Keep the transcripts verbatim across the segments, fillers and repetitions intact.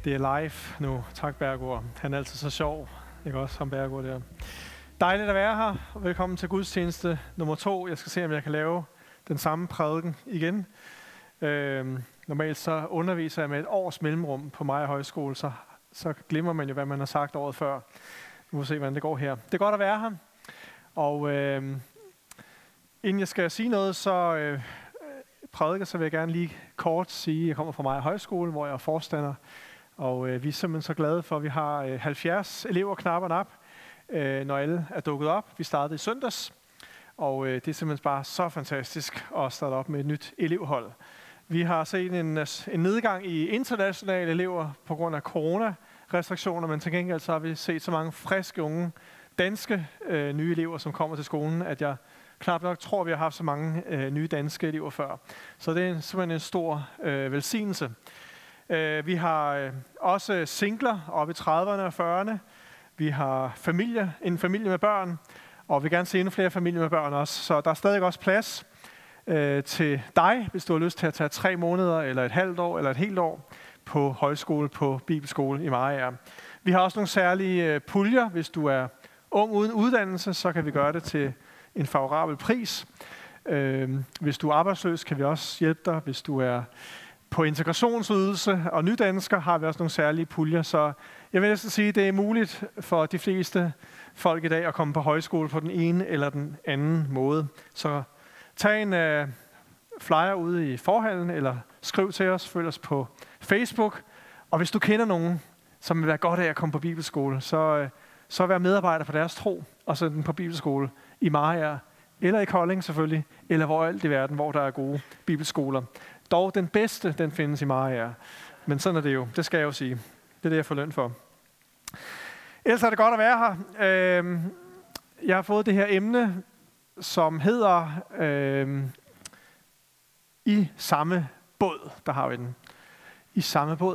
Det er live nu. Tak, Bergård. Han er altid så sjov. Ikke også, som Bergård der. Dejligt at være her. Velkommen til gudstjeneste nummer to. Jeg skal se, om jeg kan lave den samme prædiken igen. Øhm, normalt så underviser jeg med et års mellemrum på Maja Højskole, så, så glemmer man jo, hvad man har sagt året før. Nu må vi se, hvordan det går her. Det er godt at være her. Og øhm, inden jeg skal sige noget, så øh, prædiker, så vil jeg gerne lige kort sige, at jeg kommer fra Maja Højskole, hvor jeg er forstander. Og øh, vi er simpelthen så glade for, at vi har øh, halvfjerds elever knap og nap, øh, når alle er dukket op. Vi startede i søndags, og øh, det er simpelthen bare så fantastisk at starte op med et nyt elevhold. Vi har set en, en nedgang i internationale elever på grund af corona-restriktioner, men til gengæld så har vi set så mange friske, unge, danske øh, nye elever, som kommer til skolen, at jeg knap nok tror, vi har haft så mange øh, nye danske elever før. Så det er simpelthen en stor øh, velsignelse. Uh, vi har uh, også singler oppe i trediverne og fyrrerne. Vi har familie, en familie med børn, og vi vil gerne se endnu flere familier med børn også. Så der er stadig også plads uh, til dig, hvis du har lyst til at tage tre måneder, eller et halvt år, eller et helt år på højskole, på bibelskole i Mariager. Vi har også nogle særlige uh, puljer. Hvis du er ung uden uddannelse, så kan vi gøre det til en favorabel pris. Uh, hvis du er arbejdsløs, kan vi også hjælpe dig. Hvis du er på integrationsydelse og nydansker har vi også nogle særlige puljer, så jeg vil næsten sige, at det er muligt for de fleste folk i dag at komme på højskole på den ene eller den anden måde. Så tag en uh, flyer ude i forhallen, eller skriv til os, følg os på Facebook. Og hvis du kender nogen, som vil være godt af at komme på bibelskole, så, uh, så vær medarbejder for deres tro, og så den på bibelskole i Mariager, eller i Kolding selvfølgelig, eller hvor alt i verden, hvor der er gode bibelskoler. Dog den bedste, den findes i Mariager. Men sådan er det jo. Det skal jeg jo sige. Det er det, jeg får løn for. Ellers er det godt at være her. Øh, jeg har fået det her emne, som hedder øh, I samme båd. Der har vi den. I samme båd.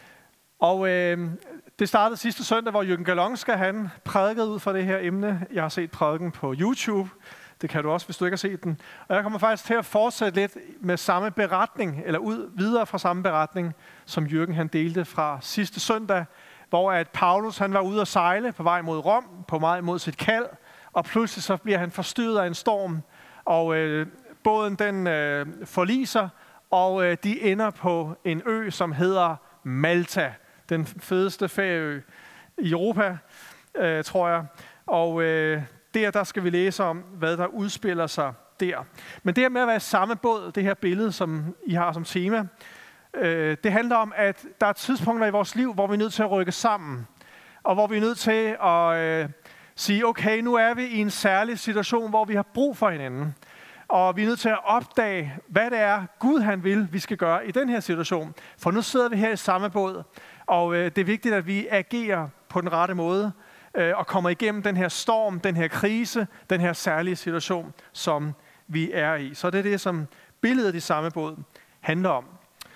Og øh, det startede sidste søndag, hvor Jürgen Galonska, han prædikede ud fra det her emne. Jeg har set prædiken på YouTube. Det kan du også, hvis du ikke har set den. Og jeg kommer faktisk til at fortsætte lidt med samme beretning, eller ud videre fra samme beretning, som Jürgen han delte fra sidste søndag, hvor at Paulus han var ude at sejle på vej mod Rom, på vej mod sit kald, og pludselig så bliver han forstyrret af en storm, og øh, båden den øh, forliser, og øh, de ender på en ø, som hedder Malta, den fedeste ferieø i Europa, øh, tror jeg. Og øh, Der, der skal vi læse om, hvad der udspiller sig der. Men det her med at være i samme båd, det her billede, som I har som tema, øh, det handler om, at der er tidspunkter i vores liv, hvor vi er nødt til at rykke sammen. Og hvor vi er nødt til at øh, sige, okay, nu er vi i en særlig situation, hvor vi har brug for hinanden. Og vi er nødt til at opdage, hvad det er, Gud han vil, vi skal gøre i den her situation. For nu sidder vi her i samme båd, og øh, det er vigtigt, at vi agerer på den rette måde, og kommer igennem den her storm, den her krise, den her særlige situation, som vi er i. Så det er det, som billedet i samme båd handler om.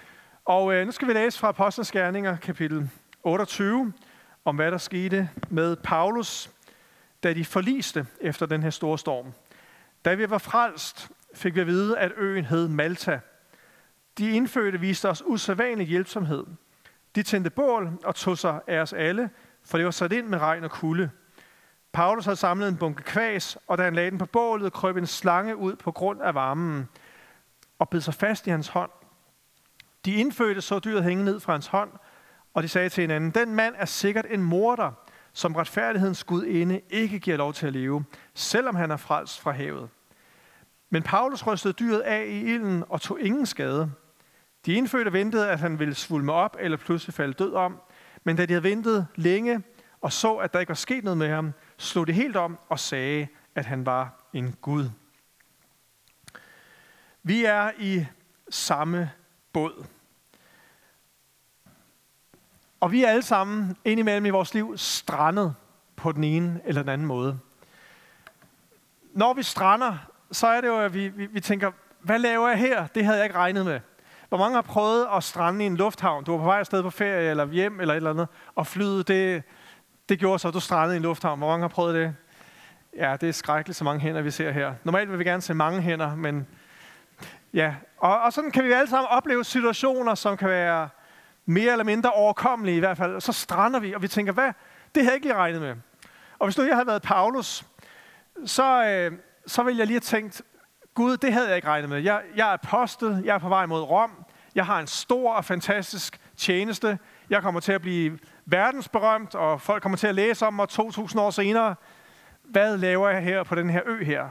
Og øh, nu skal vi læse fra Apostlenes Gerninger, kapitel otteogtyve, om hvad der skete med Paulus, da de forliste efter den her store storm. Da vi var frelst, fik vi at vide, at øen hed Malta. De indfødte viste os usædvanlig hjælpsomhed. De tændte bål og tog sig af os alle, for det var sat ind med regn og kulde. Paulus havde samlet en bunke kvas, og da han lagde den på bålet, krøb en slange ud på grund af varmen og bed sig fast i hans hånd. De indfødte så dyret hænge ned fra hans hånd, og de sagde til hinanden, den mand er sikkert en morder, som retfærdighedens gudinde ikke giver lov til at leve, selvom han er frelst fra havet. Men Paulus rystede dyret af i ilden og tog ingen skade. De indfødte ventede, at han ville svulme op eller pludselig falde død om, men da de havde ventet længe og så, at der ikke var sket noget med ham, slog de helt om og sagde, at han var en Gud. Vi er i samme båd. Og vi er alle sammen indimellem i vores liv strandet på den ene eller den anden måde. Når vi strander, så er det jo, at vi, vi, vi tænker, hvad laver jeg her? Det havde jeg ikke regnet med. Hvor mange har prøvet at strande i en lufthavn? Du var på vej afsted på ferie eller hjem eller et eller andet, og flyet, det, det gjorde så, at du strandede i en lufthavn. Hvor mange har prøvet det? Ja, det er skrækkeligt, så mange hænder, vi ser her. Normalt vil vi gerne se mange hænder, men ja. Og, og sådan kan vi alle sammen opleve situationer, som kan være mere eller mindre overkommelige i hvert fald. Og så strander vi, og vi tænker, hvad? Det havde jeg ikke lige regnet med. Og hvis nu jeg havde været Paulus, så, øh, så ville jeg lige have tænkt, Gud, det havde jeg ikke regnet med. Jeg, jeg er apostel, jeg er på vej mod Rom, jeg har en stor og fantastisk tjeneste, jeg kommer til at blive verdensberømt, og folk kommer til at læse om mig to tusind år senere. Hvad laver jeg her på den her ø her?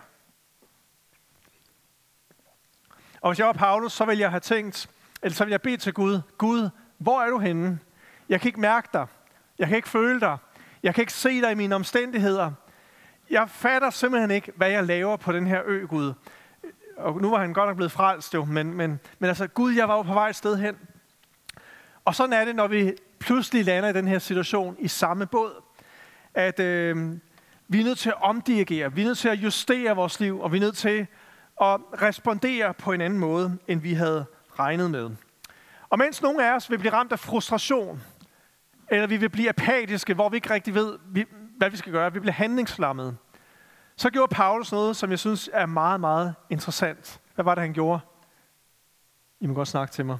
Og hvis jeg var Paulus, så ville jeg have tænkt, eller så ville jeg bede til Gud, Gud, hvor er du henne? Jeg kan ikke mærke dig. Jeg kan ikke føle dig. Jeg kan ikke se dig i mine omstændigheder. Jeg fatter simpelthen ikke, hvad jeg laver på den her ø, Gud. Og nu var han godt nok blevet frelst jo, men, men, men altså, Gud, jeg var jo på vej et sted hen. Og sådan er det, når vi pludselig lander i den her situation i samme båd, at øh, vi er nødt til at omdirigere, vi er nødt til at justere vores liv, og vi er nødt til at respondere på en anden måde, end vi havde regnet med. Og mens nogle af os vil blive ramt af frustration, eller vi vil blive apatiske, hvor vi ikke rigtig ved, hvad vi skal gøre, vi bliver handlingslammet, så gjorde Paulus noget, som jeg synes er meget, meget interessant. Hvad var det, han gjorde? I må godt snakke til mig.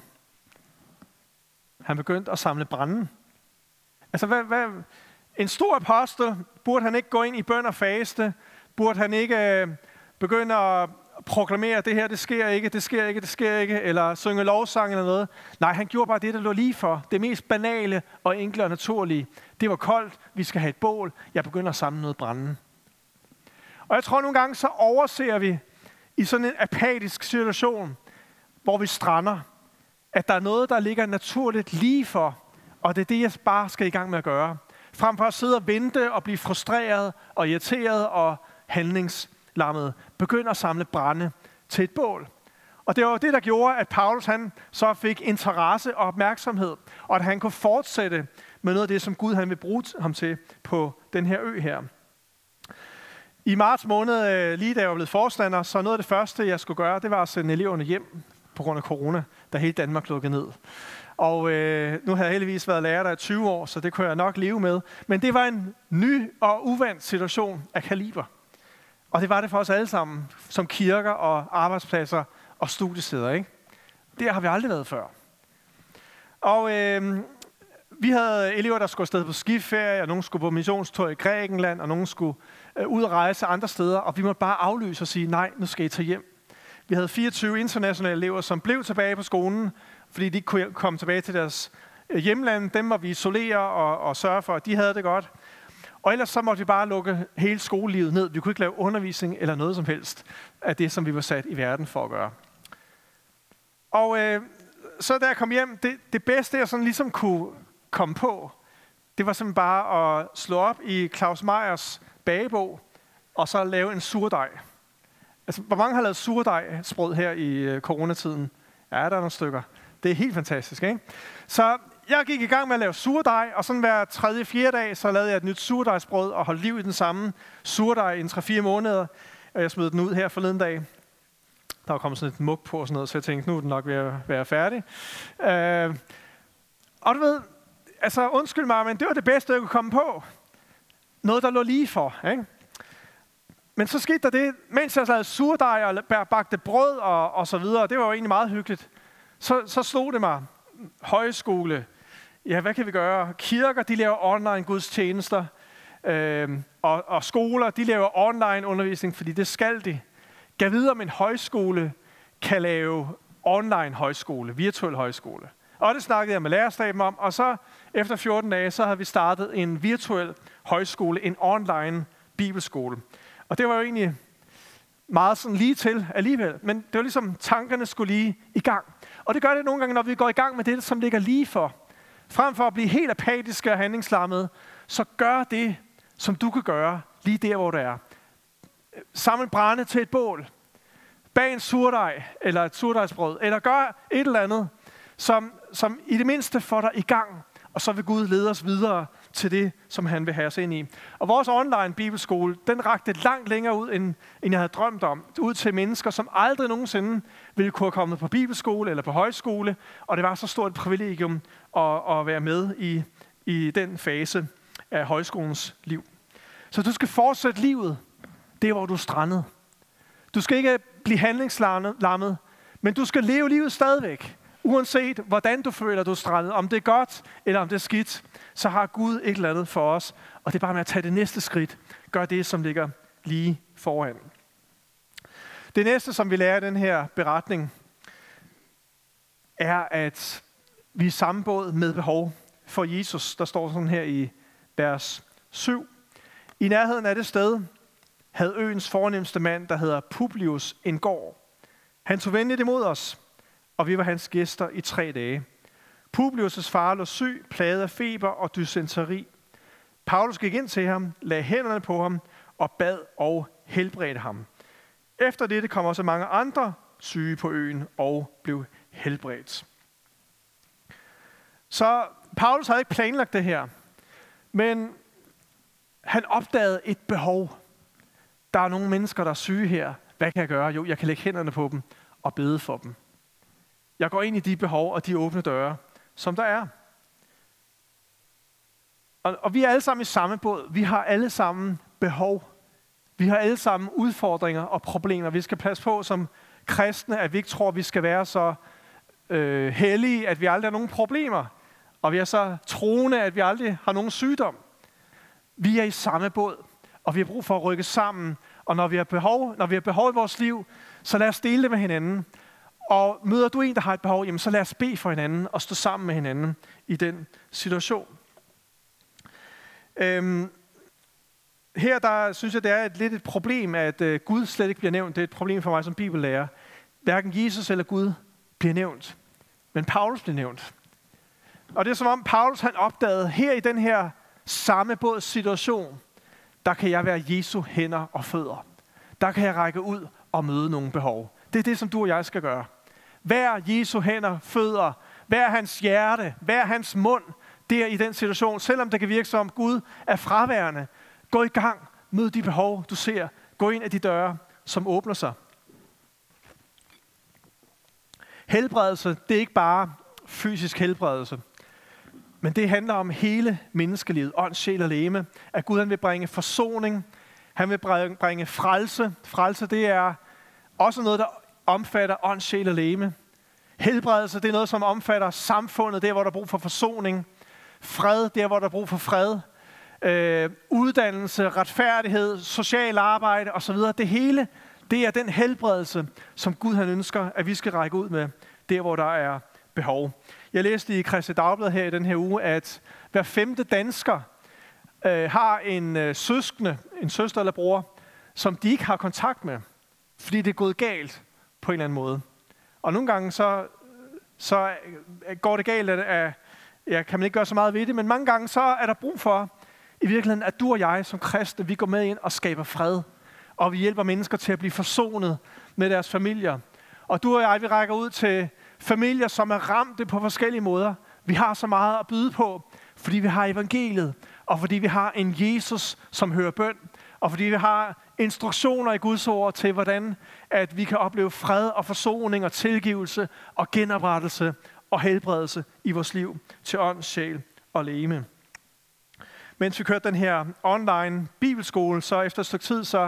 Han begyndte at samle brænde. Altså, hvad, hvad, en stor apostel, burde han ikke gå ind i bøn og faste? Burde han ikke øh, begynde at proklamere, det her, det sker ikke, det sker ikke, det sker ikke, eller synge lovsang eller noget? Nej, han gjorde bare det, der lå lige for. Det mest banale og enkle og naturlige. Det var koldt, vi skal have et bål. Jeg begynder at samle noget brænde. Og jeg tror nogle gange, så overser vi i sådan en apatisk situation, hvor vi strander, at der er noget, der ligger naturligt lige for, og det er det, jeg bare skal i gang med at gøre. Frem for at sidde og vente og blive frustreret og irriteret og handlingslammet. Begynd at samle brænde til et bål. Og det var det, der gjorde, at Paulus han så fik interesse og opmærksomhed, og at han kunne fortsætte med noget af det, som Gud han vil bruge ham til på den her ø her. I marts måned, lige da jeg var blevet forstander, så noget af det første, jeg skulle gøre, det var at sende eleverne hjem på grund af corona, da hele Danmark lukkede ned. Og øh, nu havde jeg heldigvis været lærer der i tyve år, så det kunne jeg nok leve med. Men det var en ny og uvandt situation af kaliber. Og det var det for os alle sammen, som kirker og arbejdspladser og studiesteder, ikke? Det har vi aldrig været før. Og øh, vi havde elever, der skulle afsted på skiferie, og nogen skulle på missionstur i Grækenland, og nogen skulle øh, ud og rejse andre steder, og vi måtte bare aflyse og sige, nej, nu skal I tage hjem. Vi havde fireogtyve internationale elever, som blev tilbage på skolen, fordi de ikke kunne komme tilbage til deres hjemland. Dem må vi isolere og, og sørge for, at de havde det godt. Og ellers så måtte vi bare lukke hele skolelivet ned. Vi kunne ikke lave undervisning eller noget som helst af det, som vi var sat i verden for at gøre. Og øh, så da jeg kom hjem, det, det bedste, jeg sådan ligesom kunne komme på, det var simpelthen bare at slå op i Claus Meyers bagebog, og så lave en surdej. Altså, hvor mange har lavet surdejsbrød her i øh, coronatiden? Ja, der er nogle stykker. Det er helt fantastisk, ikke? Så jeg gik i gang med at lave surdej, og sådan hver tredje, fjerde dag, så lavede jeg et nyt surdejsbrød og holdt liv i den samme surdej i en tre fire måneder. Og jeg smed den ud her forleden dag. Der var kommet sådan et mug på og sådan noget, så jeg tænkte, nu er den nok ved at være færdig. Øh, og du ved, altså undskyld mig, men det var det bedste, jeg kunne komme på. Noget, der lå lige for, ikke? Men så skete der det, mens jeg lavede surdej og bagte brød og, og så videre, det var jo egentlig meget hyggeligt, så, så slog det mig, højskole, ja, hvad kan vi gøre? Kirker, de laver online gudstjenester, øh, og, og skoler, de laver online undervisning, fordi det skal de. Gav videre, om en højskole kan lave online højskole, virtuel højskole. Og det snakkede jeg med lærerstaben om, og så efter fjorten dage, så havde vi startet en virtuel højskole, en online bibelskole. Og det var jo egentlig meget sådan lige til alligevel, men det var ligesom, tankerne skulle lige i gang. Og det gør det nogle gange, når vi går i gang med det, som ligger lige for. Frem for at blive helt apatiske og handlingslammede, så gør det, som du kan gøre, lige der, hvor du er. Samle brænde til et bål. Bag en surdej, eller et surdejsbrød, eller gør et eller andet, som, som i det mindste får dig i gang. Og så vil Gud lede os videre til det, som han vil have os ind i. Og vores online bibelskole, den rakte langt længere ud, end, end jeg havde drømt om. Ud til mennesker, som aldrig nogensinde ville kunne have kommet på bibelskole eller på højskole. Og det var så stort et privilegium at, at være med i, i den fase af højskolens liv. Så du skal fortsætte livet, det hvor du er strandet. Du skal ikke blive handlingslammet, men du skal leve livet stadigvæk. Uanset hvordan du føler, du er strandet, om det er godt eller om det er skidt, så har Gud et eller andet for os. Og det er bare med at tage det næste skridt. Gør det, som ligger lige foran. Det næste, som vi lærer i den her beretning, er, at vi er samme båd med behov for Jesus. Der står sådan her i vers syv. I nærheden af det sted havde øens fornemste mand, der hedder Publius, en gård. Han tog venligt imod os, og vi var hans gæster i tre dage. Publius' far lå syg, plaget af feber og dysenteri. Paulus gik ind til ham, lagde hænderne på ham og bad og helbredte ham. Efter dette kom også mange andre syge på øen og blev helbredt. Så Paulus havde ikke planlagt det her, men han opdagede et behov. Der er nogle mennesker, der er syge her. Hvad kan jeg gøre? Jo, jeg kan lægge hænderne på dem og bede for dem. Jeg går ind i de behov og de åbne døre, som der er. Og, og vi er alle sammen i samme båd. Vi har alle sammen behov. Vi har alle sammen udfordringer og problemer. Vi skal passe på som kristne, at vi ikke tror, at vi skal være så øh, hellige, at vi aldrig har nogen problemer. Og vi er så troende, at vi aldrig har nogen sygdom. Vi er i samme båd, og vi har brug for at rykke sammen. Og når vi har behov, når vi har behov i vores liv, så lad os dele det med hinanden. Og møder du en, der har et behov, jamen så lad os bede for hinanden og stå sammen med hinanden i den situation. Øhm, her der synes jeg, det er et, lidt et problem, at øh, Gud slet ikke bliver nævnt. Det er et problem for mig som bibellærer. Hverken Jesus eller Gud bliver nævnt, men Paulus bliver nævnt. Og det er som om Paulus han opdagede, her i den her samme båds situation, der kan jeg være Jesu hænder og fødder. Der kan jeg række ud og møde nogle behov. Det er det, som du og jeg skal gøre. Vær Jesu hænder, fødder, vær hans hjerte, vær hans mund, der i den situation. Selvom det kan virke som Gud er fraværende, gå i gang, mød de behov, du ser. Gå ind af de døre, som åbner sig. Helbredelse, det er ikke bare fysisk helbredelse, men det handler om hele menneskelivet, ånd, sjæl og legeme. At Gud han vil bringe forsoning, han vil bringe frelse. Frelse, det er også noget, der omfatter ånd, sjæl og legeme. Helbredelse, det er noget, som omfatter samfundet, der hvor der er brug for forsoning. Fred, der hvor der er brug for fred. Øh, uddannelse, retfærdighed, social arbejde osv. Det hele, det er den helbredelse, som Gud han ønsker, at vi skal række ud med, der hvor der er behov. Jeg læste i Kristi Dagblad her i den her uge, at hver femte dansker øh, har en øh, søskende, en søster eller bror, som de ikke har kontakt med, fordi det er gået galt på en eller anden måde. Og nogle gange så, så går det galt, at ja, kan man ikke gøre så meget ved det, men mange gange så er der brug for, i virkeligheden, at du og jeg som kristne, vi går med ind og skaber fred, og vi hjælper mennesker til at blive forsonet med deres familier. Og du og jeg, vi rækker ud til familier, som er ramte på forskellige måder. Vi har så meget at byde på, fordi vi har evangeliet, og fordi vi har en Jesus, som hører bøn, og fordi vi har instruktioner i Guds ord til, hvordan at vi kan opleve fred og forsoning og tilgivelse og genoprettelse og helbredelse i vores liv til ånd, sjæl og legeme. Mens vi kørte den her online bibelskole, så efter et stykke tid, så,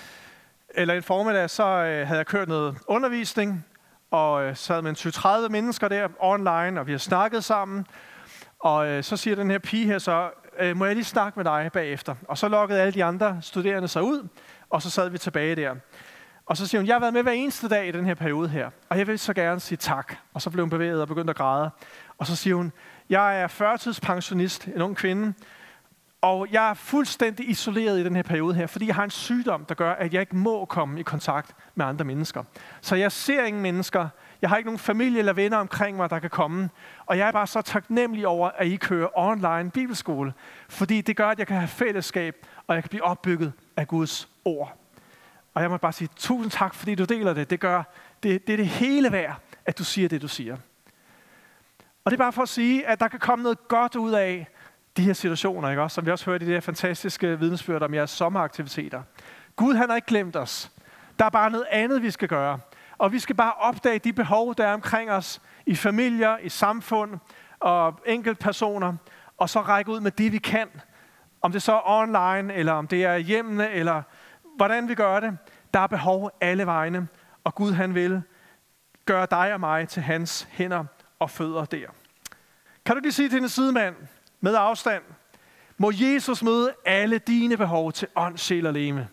eller en formiddag, så øh, havde jeg kørt noget undervisning, og øh, sad med tyve til tredive mennesker der online, og vi har snakket sammen. Og øh, så siger den her pige her så, øh, må jeg lige snakke med dig bagefter? Og så lokkede alle de andre studerende sig ud, og så sad vi tilbage der. Og så siger hun, jeg har været med hver eneste dag i den her periode her, og jeg vil så gerne sige tak. Og så blev hun bevæget og begyndte at græde. Og så siger hun, jeg er førtidspensionist, en ung kvinde, og jeg er fuldstændig isoleret i den her periode her, fordi jeg har en sygdom, der gør, at jeg ikke må komme i kontakt med andre mennesker. Så jeg ser ingen mennesker. Jeg har ikke nogen familie eller venner omkring mig, der kan komme. Og jeg er bare så taknemmelig over, at I kører online bibelskole, fordi det gør, at jeg kan have fællesskab, og jeg kan blive opbygget af Guds ord. Og jeg må bare sige tusind tak, fordi du deler det. Det gør det, det er det hele værd, at du siger det, du siger. Og det er bare for at sige, at der kan komme noget godt ud af de her situationer, ikke også? Som vi også hørte i det her fantastiske vidnesbyrd om jeres sommeraktiviteter. Gud, han har ikke glemt os. Der er bare noget andet, vi skal gøre. Og vi skal bare opdage de behov, der er omkring os i familier, i samfund og enkeltpersoner, og så række ud med det, vi kan. Om det så er online, eller om det er hjemme, eller hvordan vi gør det. Der er behov alle vegne, og Gud, han vil gøre dig og mig til hans hænder og fødder der. Kan du lige sige til din sidemand med afstand, må Jesus møde alle dine behov til ånd, sjæl og legeme.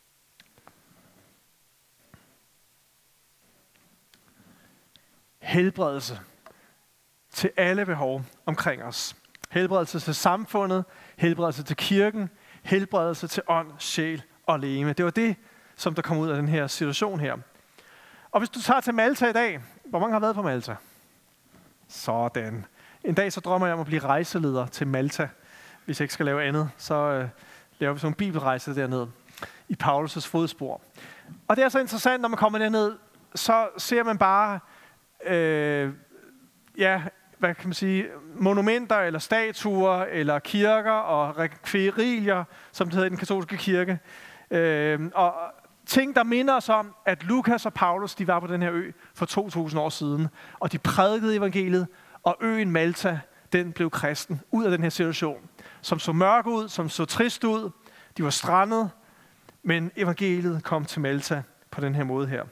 Helbredelse til alle behov omkring os. Helbredelse til samfundet, helbredelse til kirken, helbredelse til ånd, sjæl og legeme. Det var det, som der kom ud af den her situation her. Og hvis du tager til Malta i dag, hvor mange har været på Malta? Sådan. En dag så drømmer jeg om at blive rejseleder til Malta. Hvis jeg ikke skal lave andet, så øh, laver vi sådan en bibelrejse dernede i Paulus' fodspor. Og det er så interessant, når man kommer derned, så ser man bare øh, ja, hvad kan man sige, monumenter eller statuer eller kirker og rekvirilier, som det hedder i den katolske kirke. Øh, og ting, der minder os om, at Lukas og Paulus, de var på den her ø for to tusind år siden, og de prædikede evangeliet, og øen Malta, den blev kristen ud af den her situation, som så mørk ud, som så trist ud. De var strandet, men evangeliet kom til Malta på den her måde her.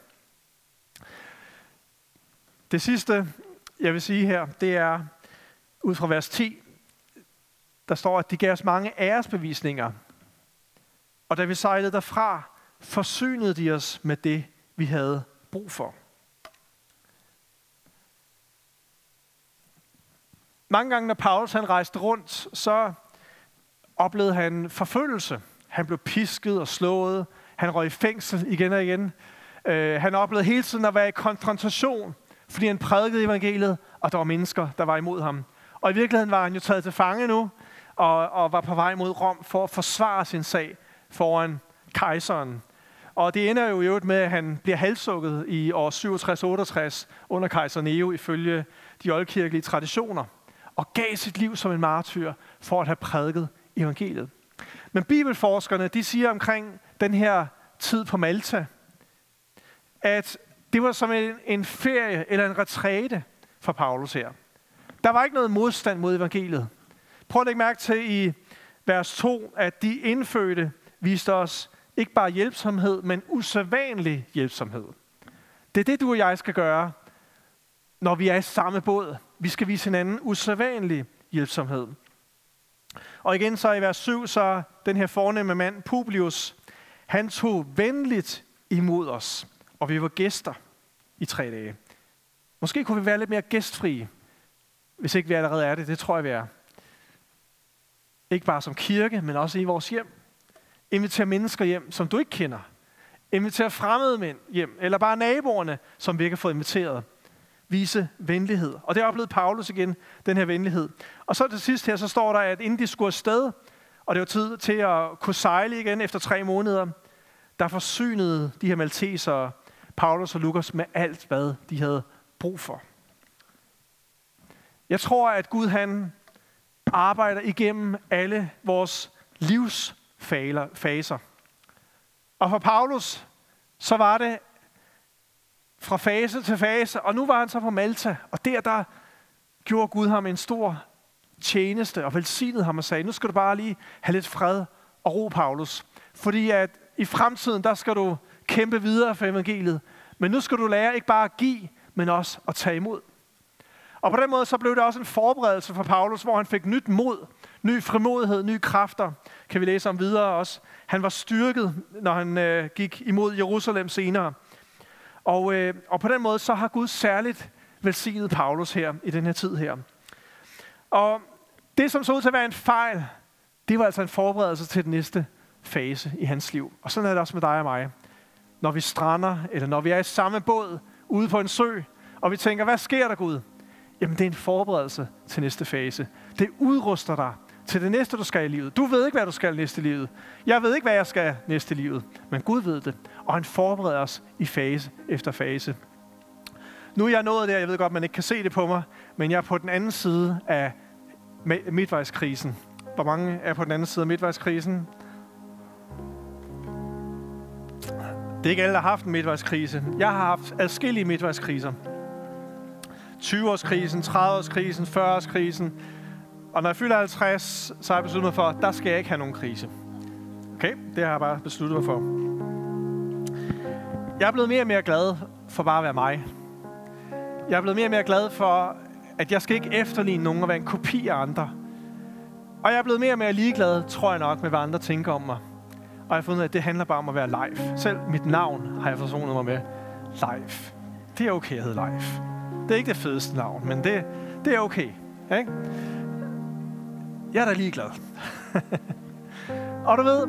Det sidste, jeg vil sige her, det er ud fra vers ti, der står, at de gav os mange æresbevisninger, og da vi sejlede derfra, forsynede de os med det, vi havde brug for. Mange gange, når Paulus han rejste rundt, så oplevede han forfølgelse. Han blev pisket og slået. Han røg i fængsel igen og igen. Uh, han oplevede hele tiden at være i konfrontation, fordi han prædikede evangeliet, og der var mennesker, der var imod ham. Og i virkeligheden var han jo taget til fange nu, og, og var på vej mod Rom for at forsvare sin sag foran kejseren. Og det ender jo i øvrigt med, at han bliver halshugget i år syvogtres otteogtres under kejser Nero ifølge de oldkirkelige traditioner, og gav sit liv som en martyr for at have prædiket evangeliet. Men bibelforskerne, de siger omkring den her tid på Malta, at det var som en, en ferie eller en retræte for Paulus her. Der var ikke noget modstand mod evangeliet. Prøv at lægge mærke til i vers to, at de indfødte viste os ikke bare hjælpsomhed, men usædvanlig hjælpsomhed. Det er det, du og jeg skal gøre, når vi er i samme båd. Vi skal vise hinanden usædvanlig hjælpsomhed. Og igen så i vers syv, så den her fornemme mand, Publius, han tog venligt imod os, og vi var gæster i tre dage. Måske kunne vi være lidt mere gæstfrie, hvis ikke vi allerede er det. Det tror jeg, vi er. Ikke bare som kirke, men også i vores hjem. Inviter mennesker hjem, som du ikke kender. Inviter fremmede mænd hjem, eller bare naboerne, som vi ikke har fået inviteret. Vise venlighed. Og det oplevede Paulus igen, den her venlighed. Og så til sidst her, så står der, at inden de skulle afsted, og det var tid til at kunne sejle igen efter tre måneder, der forsynede de her maltesere Paulus og Lukas med alt, hvad de havde brug for. Jeg tror, at Gud han arbejder igennem alle vores livsfaser. Og for Paulus, så var det fra fase til fase, og nu var han så på Malta, og der, der gjorde Gud ham en stor tjeneste, og velsignede ham og sagde, nu skal du bare lige have lidt fred og ro, Paulus. Fordi at i fremtiden, der skal du kæmpe videre for evangeliet, men nu skal du lære ikke bare at give, men også at tage imod. Og på den måde, så blev det også en forberedelse for Paulus, hvor han fik nyt mod, ny frimodighed, nye kræfter, kan vi læse om videre også. Han var styrket, når han øh, gik imod Jerusalem senere. Og, øh, og på den måde, så har Gud særligt velsignet Paulus her i den her tid her. Og det, som så ud til at være en fejl, det var altså en forberedelse til den næste fase i hans liv. Og sådan er det også med dig og mig. Når vi strander, eller når vi er i samme båd ude på en sø, og vi tænker, hvad sker der, Gud? Jamen, det er en forberedelse til næste fase. Det udruster dig til det næste, du skal i livet. Du ved ikke, hvad du skal næste i livet. Jeg ved ikke, hvad jeg skal næste i livet. Men Gud ved det. Og han forbereder os i fase efter fase. Nu er jeg nået der, jeg ved godt, man ikke kan se det på mig, men jeg er på den anden side af midtvejskrisen. Hvor mange er på den anden side af midtvejskrisen? Det er ikke alle, der har haft en midtvejskrise. Jeg har haft adskillige midtvejskriser. tyve-årskrisen, tredive-årskrisen, fyrre-årskrisen. Og når jeg fylder halvtreds, så har jeg besluttet mig for, at der skal jeg ikke have nogen krise. Okay, det har jeg bare besluttet mig for. Jeg er blevet mere og mere glad for bare at være mig. Jeg er blevet mere og mere glad for at jeg skal ikke efterligne nogen og være en kopi af andre. Og jeg er blevet mere og mere ligeglad, tror jeg nok, med hvad andre tænker om mig. Og jeg har fundet ud af, at det handler bare om at være live. Selv mit navn har jeg forsonet mig med live. Det er okay at hedde live. Det er ikke det fedeste navn, men det, det er okay. Ikke? Jeg er da ligeglad. Og du ved,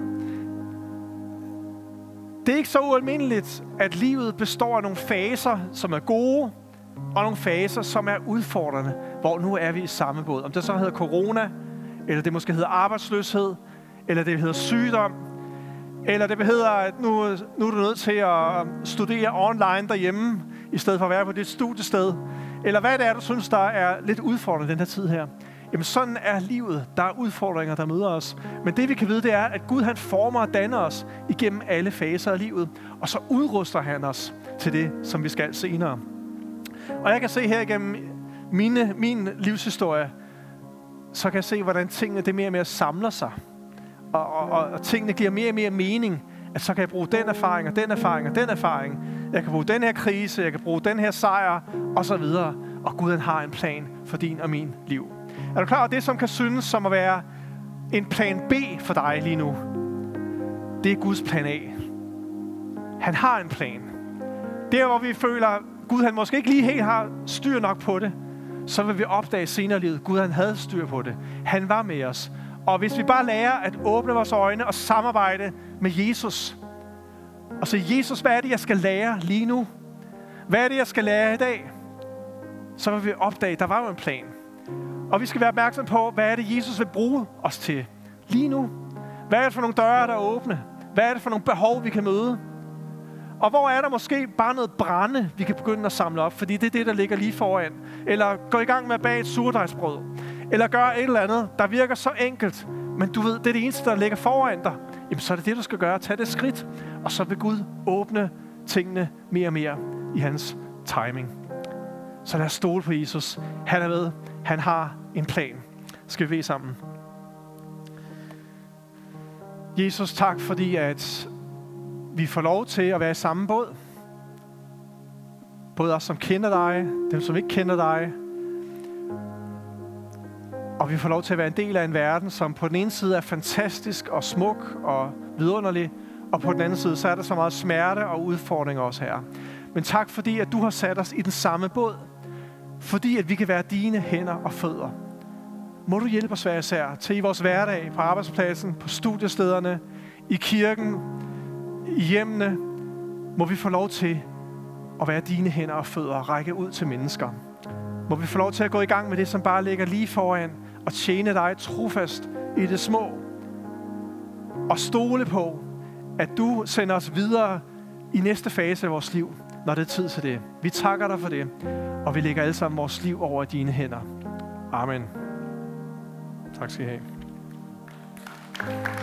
det er ikke så ualmindeligt, at livet består af nogle faser, som er gode, og nogle faser, som er udfordrende, hvor nu er vi i samme båd. Om det så hedder corona, eller det måske hedder arbejdsløshed, eller det hedder sygdom, eller det hedder, at nu, nu er du nødt til at studere online derhjemme, i stedet for at være på dit studiested. Eller hvad det er, du synes, der er lidt udfordrende den her tid her. Jamen sådan er livet. Der er udfordringer, der møder os. Men det vi kan vide, det er, at Gud han former og danner os igennem alle faser af livet. Og så udruster han os til det, som vi skal senere. Og jeg kan se her igennem mine, min livshistorie, så kan jeg se, hvordan tingene det mere og mere samler sig. Og, og, og, og tingene giver mere og mere mening. At så kan jeg bruge den erfaring, og den erfaring, og den erfaring. Jeg kan bruge den her krise, jeg kan bruge den her sejr, og så videre. Og Gud han har en plan for din og min liv. Er du klar over det, som kan synes som at være en plan B for dig lige nu? Det er Guds plan A. Han har en plan. Der, hvor vi føler, at Gud han måske ikke lige helt har styr nok på det, så vil vi opdage senere i livet, Gud han havde styr på det. Han var med os. Og hvis vi bare lærer at åbne vores øjne og samarbejde med Jesus, og så Jesus, hvad er det, jeg skal lære lige nu? Hvad er det, jeg skal lære i dag? Så vil vi opdage, at der var jo en plan. Og vi skal være opmærksom på, hvad er det, Jesus vil bruge os til lige nu? Hvad er det for nogle døre, der er åbne? Hvad er det for nogle behov, vi kan møde? Og hvor er der måske bare noget brænde, vi kan begynde at samle op? Fordi det er det, der ligger lige foran. Eller gå i gang med at bage et surdejsbrød. Eller gøre et eller andet, der virker så enkelt. Men du ved, det er det eneste, der ligger foran dig. Jamen så er det det, du skal gøre. Tag det skridt. Og så vil Gud åbne tingene mere og mere i hans timing. Så lad os stole på Jesus. Han er ved. Han har en plan. Skal vi bede sammen? Jesus, tak fordi at vi får lov til at være i samme båd. Både os, som kender dig, dem, som ikke kender dig. Og vi får lov til at være en del af en verden, som på den ene side er fantastisk og smuk og vidunderlig, og på den anden side, så er der så meget smerte og udfordringer også her. Men tak fordi, at du har sat os i den samme båd. Fordi at vi kan være dine hænder og fødder. Må du hjælpe os hver især til i vores hverdag, på arbejdspladsen, på studiestederne, i kirken, i hjemmene. Må vi få lov til at være dine hænder og fødder og række ud til mennesker. Må vi få lov til at gå i gang med det, som bare ligger lige foran, og tjene dig trofast i det små. Og stole på, at du sender os videre i næste fase af vores liv, når det er tid til det. Vi takker dig for det, og vi lægger alle sammen vores liv over i dine hænder. Amen. Tak skal I have.